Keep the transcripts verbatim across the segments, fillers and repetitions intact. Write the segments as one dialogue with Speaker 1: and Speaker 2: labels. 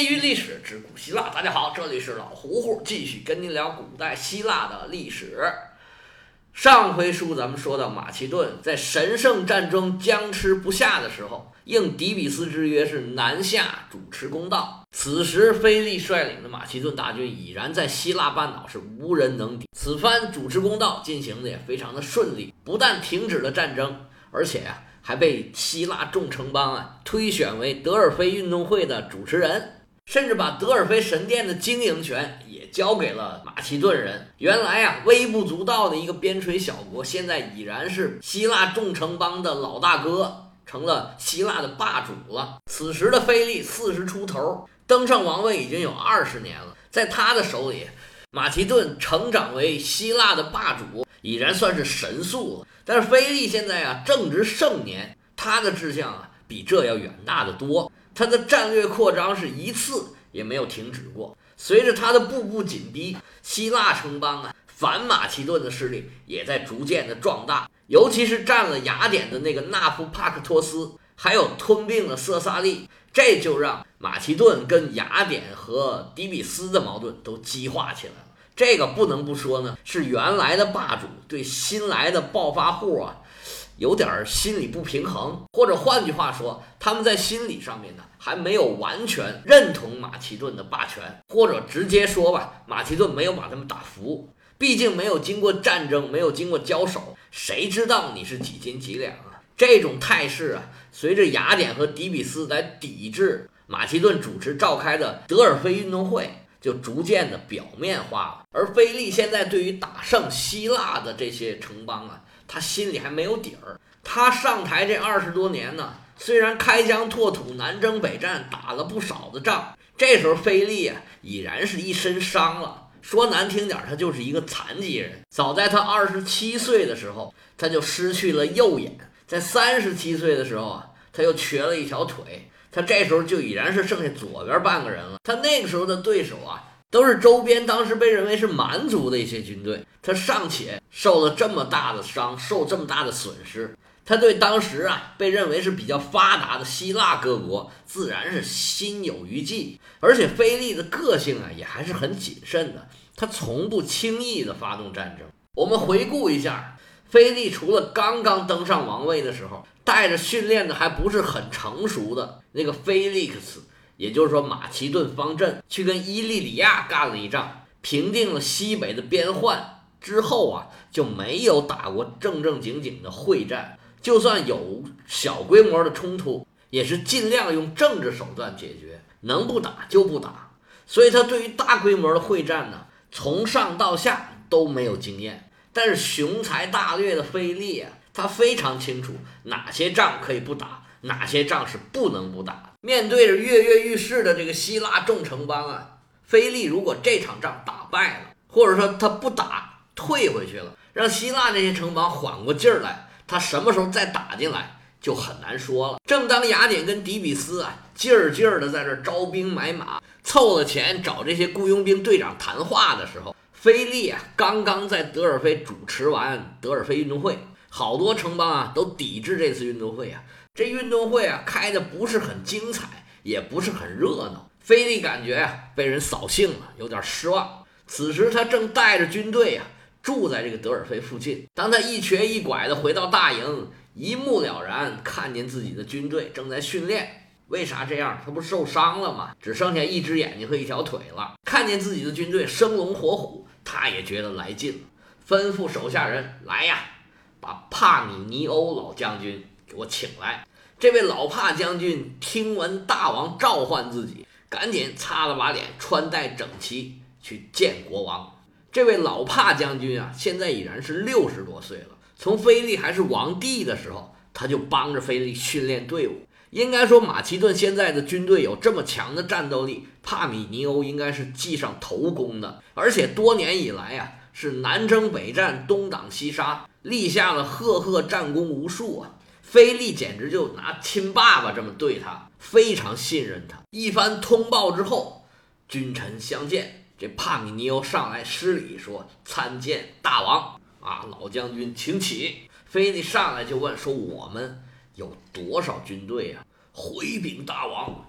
Speaker 1: 业余历史之古希腊，大家好，这里是老胡胡，继续跟您聊古代希腊的历史。上回书咱们说到，马其顿在神圣战争僵持不下的时候，应底比斯之约是南下主持公道。此时腓力率领的马其顿大军已然在希腊半岛是无人能敌。此番主持公道进行的也非常的顺利，不但停止了战争，而且啊还被希腊众城邦啊推选为德尔菲运动会的主持人，甚至把德尔菲神殿的经营权也交给了马其顿人。原来啊微不足道的一个边陲小国，现在已然是希腊众城邦的老大哥，成了希腊的霸主了。此时的腓力四十出头，登上王位已经有二十年了，在他的手里，马其顿成长为希腊的霸主已然算是神速了。但是腓力现在啊正值盛年，他的志向啊比这要远大的多，他的战略扩张是一次也没有停止过。随着他的步步紧逼，希腊城邦啊反马其顿的势力也在逐渐的壮大，尤其是占了雅典的那个纳夫帕克托斯，还有吞并了色萨利，这就让马其顿跟雅典和底比斯的矛盾都激化起来了。这个不能不说呢，是原来的霸主对新来的暴发户啊有点心理不平衡，或者换句话说，他们在心理上面呢还没有完全认同马其顿的霸权，或者直接说吧，马其顿没有把他们打服。毕竟没有经过战争，没有经过交手，谁知道你是几斤几两啊？这种态势啊，随着雅典和底比斯来抵制马其顿主持召开的德尔菲运动会，就逐渐的表面化了。而腓力现在对于打胜希腊的这些城邦啊，他心里还没有底儿。他上台这二十多年呢，虽然开疆拓土、南征北战，打了不少的仗，这时候腓力啊已然是一身伤了。说难听点，他就是一个残疾人。早在他二十七岁的时候，他就失去了右眼；在三十七岁的时候啊，他又瘸了一条腿。他这时候就已然是剩下左边半个人了。他那个时候的对手啊，都是周边当时被认为是蛮族的一些军队。他尚且受了这么大的伤，受这么大的损失，他对当时啊被认为是比较发达的希腊各国自然是心有余悸。而且腓力的个性啊也还是很谨慎的，他从不轻易的发动战争。我们回顾一下，腓力除了刚刚登上王位的时候带着训练的还不是很成熟的那个菲利克斯，也就是说马其顿方阵，去跟伊利里亚干了一仗，平定了西北的边患之后啊，就没有打过正正经经的会战。就算有小规模的冲突，也是尽量用政治手段解决，能不打就不打。所以他对于大规模的会战呢，从上到下都没有经验。但是雄才大略的腓力啊，他非常清楚哪些仗可以不打，哪些仗是不能不打。面对着跃跃欲试的这个希腊众城邦啊，腓力如果这场仗打败了，或者说他不打退回去了，让希腊这些城邦缓过劲儿来，他什么时候再打进来就很难说了。正当雅典跟底比斯啊劲儿劲儿的在这招兵买马，凑了钱找这些雇佣兵队长谈话的时候，腓力啊刚刚在德尔菲主持完德尔菲运动会，好多城邦啊都抵制这次运动会啊。这运动会啊开的不是很精彩，也不是很热闹，腓力感觉啊被人扫兴了，有点失望。此时他正带着军队啊住在这个德尔菲附近，当他一瘸一拐的回到大营，一目了然看见自己的军队正在训练。为啥这样？他不受伤了吗？只剩下一只眼睛和一条腿了。看见自己的军队生龙活虎，他也觉得来劲了，吩咐手下人来呀，把帕米尼欧老将军给我请来。这位老帕将军听闻大王召唤自己，赶紧擦了把脸，穿戴整齐去见国王。这位老帕将军啊，现在已然是六十多岁了。从腓力还是王帝的时候，他就帮着腓力训练队伍。应该说马其顿现在的军队有这么强的战斗力，帕米尼欧应该是记上头功的。而且多年以来啊，是南征北战，东挡西杀，立下了赫赫战功无数啊。腓力简直就拿亲爸爸这么对他，非常信任他。一番通报之后，君臣相见，这帕米尼欧上来施礼说参见大王啊，老将军请起。腓力上来就问说，我们有多少军队啊？回禀大王，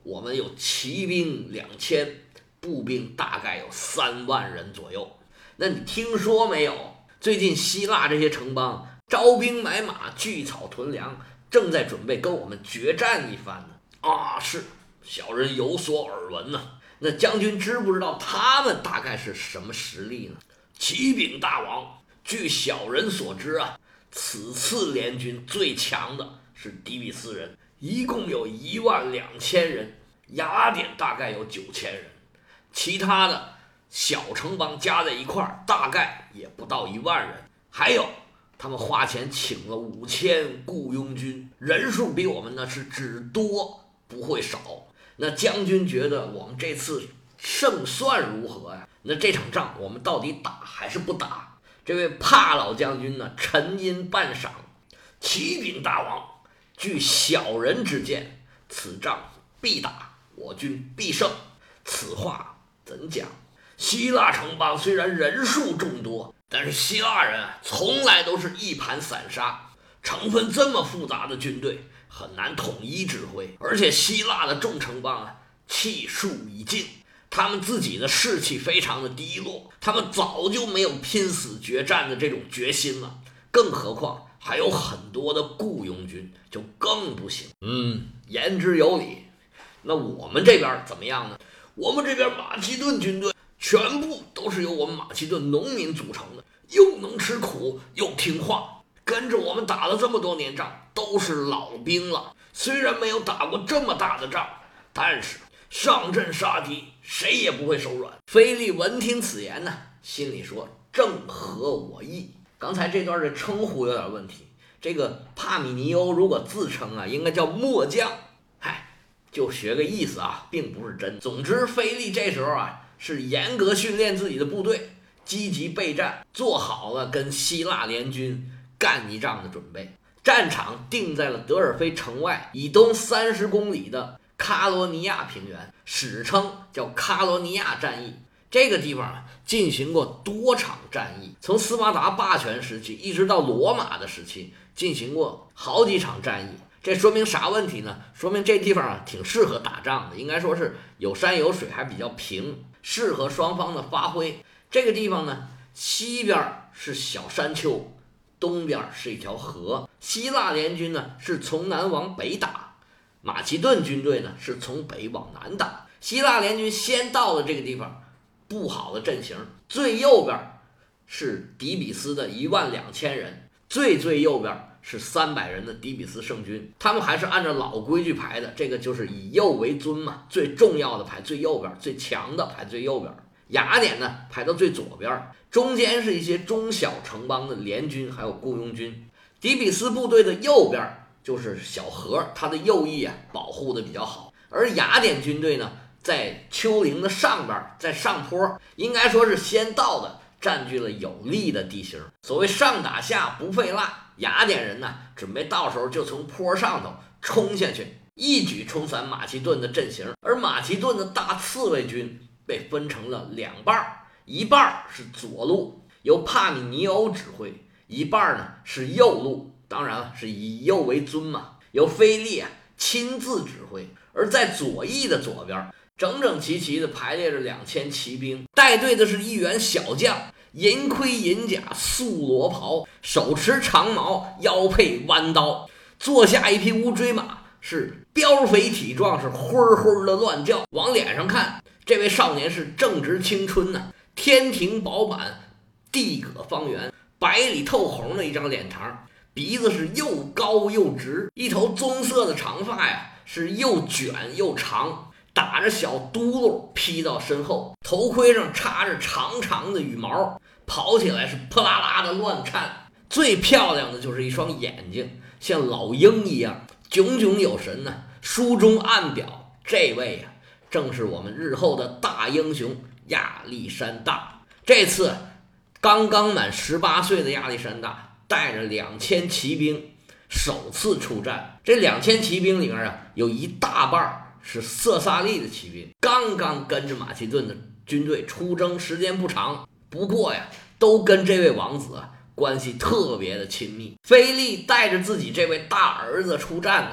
Speaker 1: 我们有骑兵两千，步兵大概有三万人左右。那你听说没有？最近希腊这些城邦招兵买马，聚草屯粮，正在准备跟我们决战一番呢。啊，是，小人有所耳闻呢。那将军知不知道他们大概是什么实力呢？启禀大王，据小人所知啊，此次联军最强的是底比斯人，一共有一万两千人，雅典大概有九千人，其他的小城邦加在一块儿大概也不到一万人。还有他们花钱请了五千雇佣军，人数比我们呢是只多不会少。那将军觉得我们这次胜算如何呀？那这场仗我们到底打还是不打？这位帕老将军呢沉吟半晌，启禀大王，据小人之见，此仗必打，我军必胜。此话怎讲？希腊城邦虽然人数众多，但是希腊人从来都是一盘散沙，成分这么复杂的军队很难统一指挥。而且希腊的众城邦啊，气数已尽，他们自己的士气非常的低落，他们早就没有拼死决战的这种决心了，更何况还有很多的雇佣军，就更不行。嗯，言之有理。那我们这边怎么样呢？我们这边马其顿军队全部都是由我们马其顿农民组成的，又能吃苦又听话，跟着我们打了这么多年仗，都是老兵了。虽然没有打过这么大的仗，但是上阵杀敌，谁也不会手软。菲利闻听此言呢，心里说正合我意。刚才这段的称呼有点问题，这个帕米尼欧如果自称啊，应该叫末将，嗨，就学个意思啊，并不是真。总之，菲利这时候啊是严格训练自己的部队，积极备战，做好了跟希腊联军干一仗的准备。战场定在了德尔菲城外以东三十公里的卡罗尼亚平原，史称叫卡罗尼亚战役。这个地方啊，进行过多场战役，从斯巴达霸权时期一直到罗马的时期，进行过好几场战役。这说明啥问题呢？说明这地方啊挺适合打仗的，应该说是有山有水，还比较平，适合双方的发挥。这个地方呢，西边是小山丘，东边是一条河。希腊联军呢是从南往北打，马其顿军队呢是从北往南打。希腊联军先到了这个地方，布好了阵型，最右边是底比斯的一万两千人，最最右边是三百人的底比斯圣军。他们还是按照老规矩排的，这个就是以右为尊嘛，最重要的排最右边，最强的排最右边。雅典呢排到最左边，中间是一些中小城邦的联军还有雇佣军。底比斯部队的右边就是小河，它的右翼啊保护的比较好。而雅典军队呢在丘陵的上边，在上坡，应该说是先到的，占据了有利的地形。所谓上打下不费蜡，雅典人呢准备到时候就从坡上头冲下去，一举冲散马其顿的阵型。而马其顿的大刺猬军被分成了两半，一半是左路，由帕米尼欧指挥，一半呢是右路，当然了是以右为尊嘛，由菲利啊亲自指挥。而在左翼的左边，整整齐齐地排列着两千骑兵，带队的是一员小将，银盔银甲，素罗袍，手持长矛，腰佩弯刀，坐下一匹乌骓马，是膘肥体壮，是灰灰的乱叫。往脸上看，这位少年是正值青春呢、啊，天庭饱满，地阁方圆，白里透红的一张脸庞，鼻子是又高又直，一头棕色的长发呀是又卷又长，打着小嘟噜披到身后，头盔上插着长长的羽毛，跑起来是扑啦啦的乱颤。最漂亮的就是一双眼睛，像老鹰一样炯炯有神呢、啊。书中暗表，这位呀、啊，正是我们日后的大英雄亚历山大。这次刚刚满十八岁的亚历山大带着两千骑兵首次出战。这两千骑兵里面啊，有一大半是色萨利的骑兵，刚刚跟着马其顿的军队出征，时间不长，不过呀，都跟这位王子啊关系特别的亲密。菲利带着自己这位大儿子出战呢，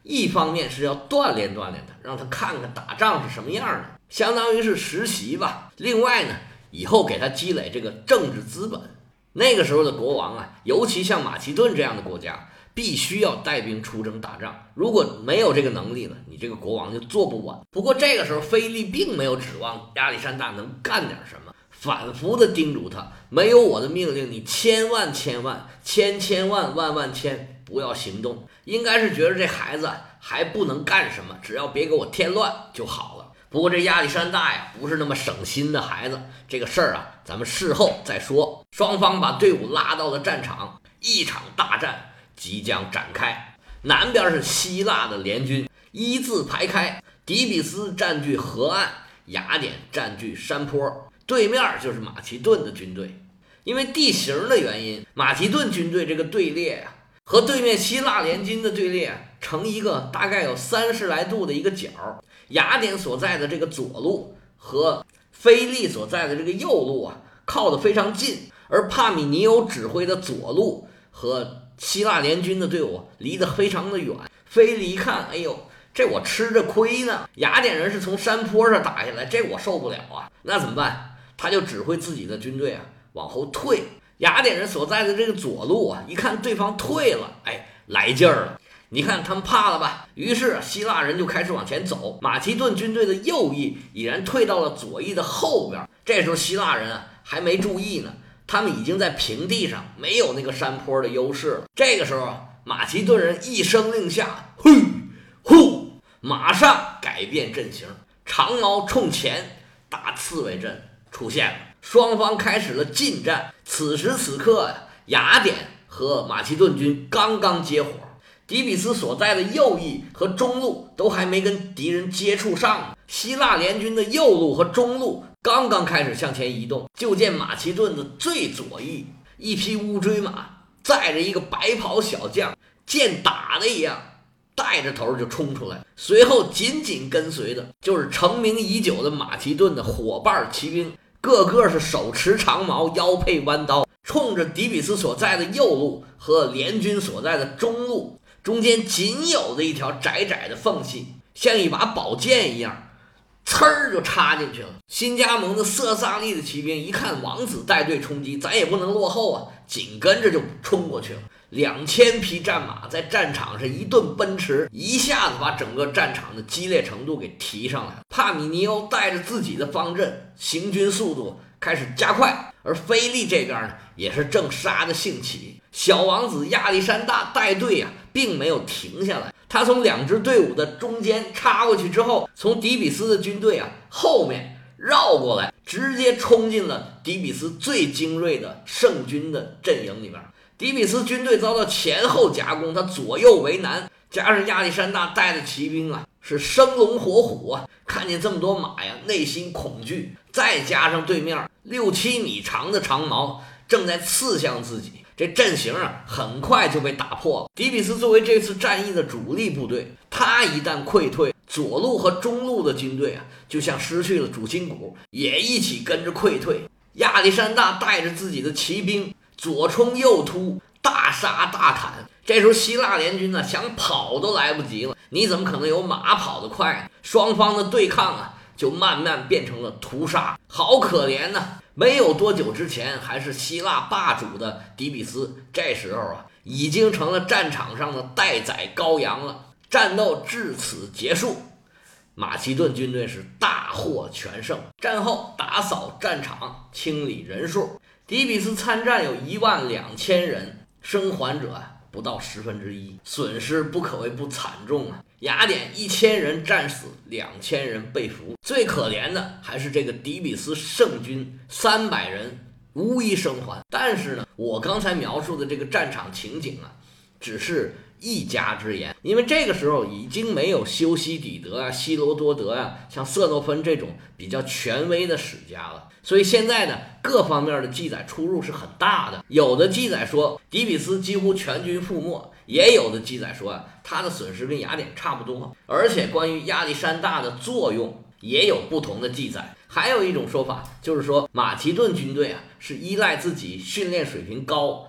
Speaker 1: 一方面是要锻炼锻炼他，让他看看打仗是什么样的，相当于是实习吧。另外呢，以后给他积累这个政治资本。那个时候的国王啊，尤其像马其顿这样的国家，必须要带兵出征打仗，如果没有这个能力了，你这个国王就做不稳。不过这个时候腓力并没有指望亚历山大能干点什么，反复的叮嘱他，没有我的命令，你千万千万千千万万万千不要行动。应该是觉得这孩子还不能干什么，只要别给我添乱就好了。不过这亚历山大呀，不是那么省心的孩子，这个事儿啊，咱们事后再说。双方把队伍拉到了战场，一场大战即将展开。南边是希腊的联军一字排开，底比斯占据河岸，雅典占据山坡，对面就是马其顿的军队。因为地形的原因，马其顿军队这个队列啊，和对面希腊联军的队列啊，成一个大概有三十来度的一个角。雅典所在的这个左路和腓力所在的这个右路啊，靠得非常近，而帕米尼欧指挥的左路和希腊联军的队伍离得非常的远。腓力一看，哎呦，这我吃着亏呢，雅典人是从山坡上打下来，这我受不了啊，那怎么办？他就指挥自己的军队啊往后退。雅典人所在的这个左路啊，一看对方退了，哎，来劲儿了，你看他们怕了吧？于是希腊人就开始往前走，马其顿军队的右翼已然退到了左翼的后边。这时候希腊人啊还没注意呢，他们已经在平地上，没有那个山坡的优势了。这个时候啊，马其顿人一声令下，嘿呼，马上改变阵型，长矛冲前，大刺猬阵出现了，双方开始了近战。此时此刻呀、啊，雅典和马其顿军刚刚接火，底比斯所在的右翼和中路都还没跟敌人接触上，希腊联军的右路和中路刚刚开始向前移动，就见马其顿的最左翼一匹乌骓马载着一个白袍小将，见打的一样带着头就冲出来，随后紧紧跟随的就是成名已久的马其顿的伙伴骑兵，个个是手持长矛，腰佩弯刀，冲着底比斯所在的右路和联军所在的中路中间仅有的一条窄窄的缝隙，像一把宝剑一样，呲儿就插进去了。新加盟的色萨利的骑兵一看王子带队冲击，咱也不能落后啊，紧跟着就冲过去了。两千匹战马在战场上一顿奔驰，一下子把整个战场的激烈程度给提上来了。帕米尼欧带着自己的方阵，行军速度开始加快，而腓力这边呢，也是正杀得兴起。小王子亚历山大带队啊，并没有停下来，他从两支队伍的中间插过去之后，从底比斯的军队啊后面绕过来，直接冲进了底比斯最精锐的圣军的阵营里边。底比斯军队遭到前后夹攻，他左右为难，加上亚历山大带的骑兵啊是生龙活虎啊，看见这么多马呀，内心恐惧，再加上对面六七米长的长矛正在刺向自己，这阵型啊很快就被打破了。底比斯作为这次战役的主力部队，他一旦溃退，左路和中路的军队啊就像失去了主心骨，也一起跟着溃退。亚历山大带着自己的骑兵左冲右突，大杀大砍。这时候希腊联军呢，想跑都来不及了，你怎么可能有马跑得快呢？双方的对抗啊就慢慢变成了屠杀，好可怜呢。没有多久之前还是希腊霸主的底比斯，这时候啊已经成了战场上的待宰羔羊了。战斗至此结束，马其顿军队是大获全胜。战后打扫战场，清理人数，底比斯参战有一万两千人，生还者不到十分之一，损失不可谓不惨重啊。雅典一千人战死，两千人被俘，最可怜的还是这个底比斯圣军三百人无一生还。但是呢，我刚才描述的这个战场情景啊，只是一家之言，因为这个时候已经没有修昔底德啊、希罗多德啊、像色诺芬这种比较权威的史家了，所以现在呢，各方面的记载出入是很大的。有的记载说底比斯几乎全军覆没，也有的记载说啊，他的损失跟雅典差不多。而且关于亚历山大的作用也有不同的记载。还有一种说法就是说，马其顿军队啊是依赖自己训练水平高、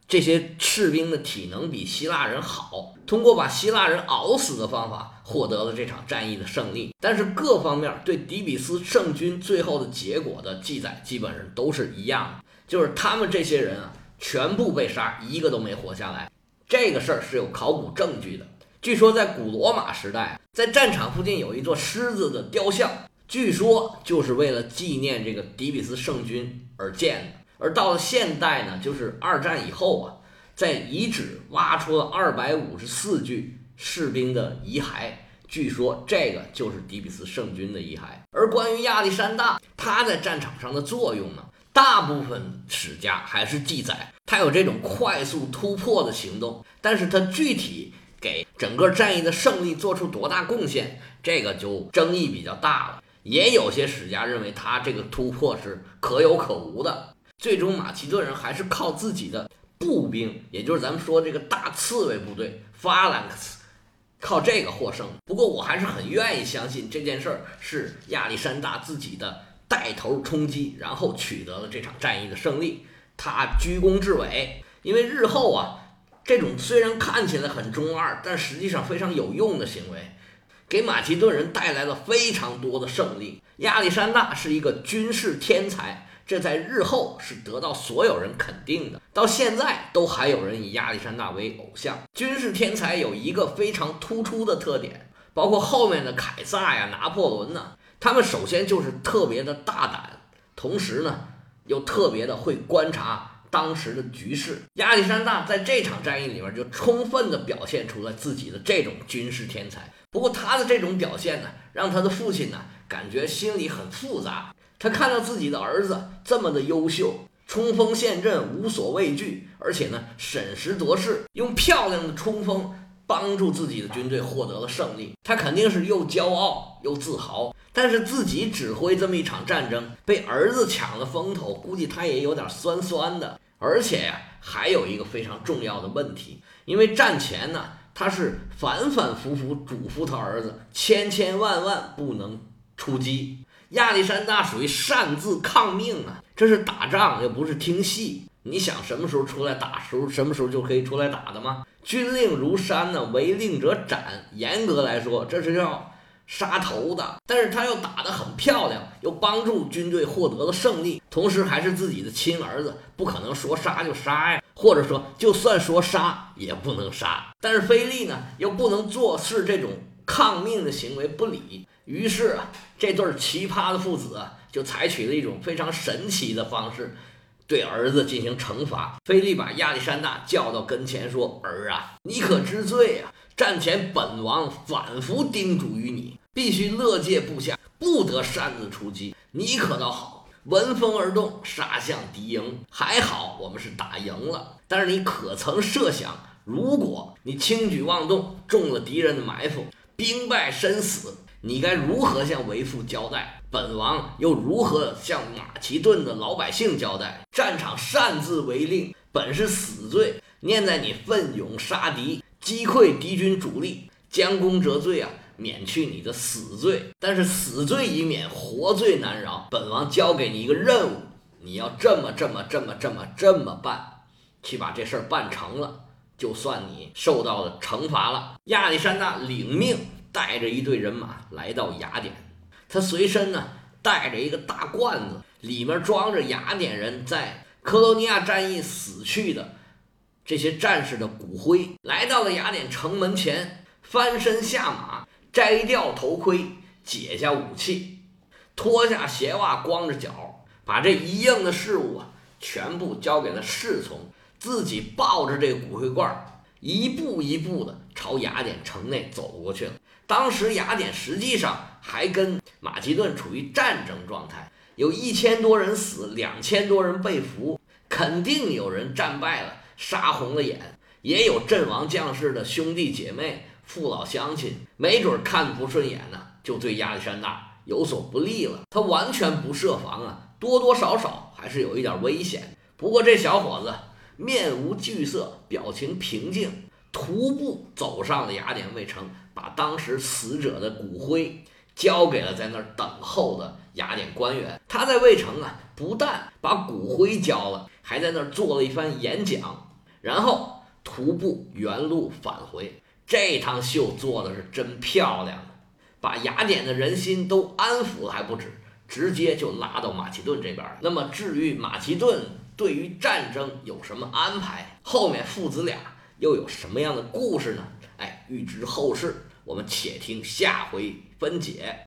Speaker 1: 这些士兵的体能比希腊人好，通过把希腊人熬死的方法获得了这场战役的胜利。但是各方面对底比斯圣军最后的结果的记载基本上都是一样的，就是他们这些人啊全部被杀，一个都没活下来。这个事儿是有考古证据的，据说在古罗马时代，在战场附近有一座狮子的雕像，据说就是为了纪念这个底比斯圣军而建的。而到了现代呢，就是二战以后啊，在遗址挖出了二百五十四具士兵的遗骸，据说这个就是底比斯圣军的遗骸。而关于亚历山大他在战场上的作用呢，大部分史家还是记载他有这种快速突破的行动，但是他具体给整个战役的胜利做出多大贡献，这个就争议比较大了。也有些史家认为他这个突破是可有可无的，最终马其顿人还是靠自己的步兵，也就是咱们说这个大刺猬部队 phalanx， 靠这个获胜。不过我还是很愿意相信这件事儿是亚历山大自己的带头冲击，然后取得了这场战役的胜利，他居功至伟。因为日后啊，这种虽然看起来很中二，但实际上非常有用的行为，给马其顿人带来了非常多的胜利。亚历山大是一个军事天才，这在日后是得到所有人肯定的，到现在都还有人以亚历山大为偶像。军事天才有一个非常突出的特点，包括后面的凯撒呀、拿破仑呢，他们首先就是特别的大胆，同时呢又特别的会观察当时的局势。亚历山大在这场战役里面就充分的表现出了自己的这种军事天才。不过他的这种表现呢，让他的父亲呢感觉心里很复杂。他看到自己的儿子这么的优秀，冲锋陷阵无所畏惧，而且呢审时度势，用漂亮的冲锋帮助自己的军队获得了胜利，他肯定是又骄傲又自豪。但是自己指挥这么一场战争，被儿子抢了风头，估计他也有点酸酸的。而且呀、啊，还有一个非常重要的问题，因为战前呢，他是反反复复嘱咐他儿子千千万万不能出击。亚历山大属于擅自抗命啊，这是打仗又不是听戏，你想什么时候出来打，时候什么时候就可以出来打的吗？军令如山呢，违令者斩，严格来说这是要杀头的。但是他又打得很漂亮，又帮助军队获得了胜利，同时还是自己的亲儿子，不可能说杀就杀呀，或者说就算说杀也不能杀。但是菲利呢又不能做事这种抗命的行为不理，于是啊，这对奇葩的父子啊，就采取了一种非常神奇的方式对儿子进行惩罚。菲利把亚历山大叫到跟前说：“儿啊，你可知罪啊？战前本王反复叮嘱于你，必须乐戒部下，不得擅自出击。你可倒好，闻风而动，杀向敌营。还好我们是打赢了，但是你可曾设想，如果你轻举妄动，中了敌人的埋伏，兵败身死，你该如何向为父交代？本王又如何向马其顿的老百姓交代？战场擅自违令，本是死罪，念在你奋勇杀敌，击溃敌军主力，将功折罪啊，免去你的死罪。但是死罪已免，活罪难饶。本王交给你一个任务，你要这么这么这么这么这么办，去把这事儿办成了，就算你受到了惩罚了。”亚历山大领命，带着一队人马来到雅典。他随身呢带着一个大罐子，里面装着雅典人在科罗尼亚战役死去的这些战士的骨灰。来到了雅典城门前，翻身下马，摘掉头盔，解下武器，脱下鞋袜，光着脚，把这一应的事物啊全部交给了侍从，自己抱着这个骨灰罐，一步一步的朝雅典城内走过去了。当时雅典实际上还跟马其顿处于战争状态，有一千多人死，两千多人被俘，肯定有人战败了，杀红了眼，也有阵亡将士的兄弟姐妹、父老乡亲，没准看不顺眼呢，就对亚历山大有所不利了。他完全不设防啊，多多少少还是有一点危险。不过这小伙子面无惧色，表情平静，徒步走上了雅典卫城，把当时死者的骨灰交给了在那儿等候的雅典官员。他在卫城啊，不但把骨灰交了，还在那儿做了一番演讲， 然后徒步原路返回。这趟秀做的是真漂亮，把雅典的人心都安抚了还不止，直接就拉到马其顿这边。那么至于马其顿对于战争有什么安排，后面父子俩又有什么样的故事呢？哎，欲知后事，我们且听下回分解。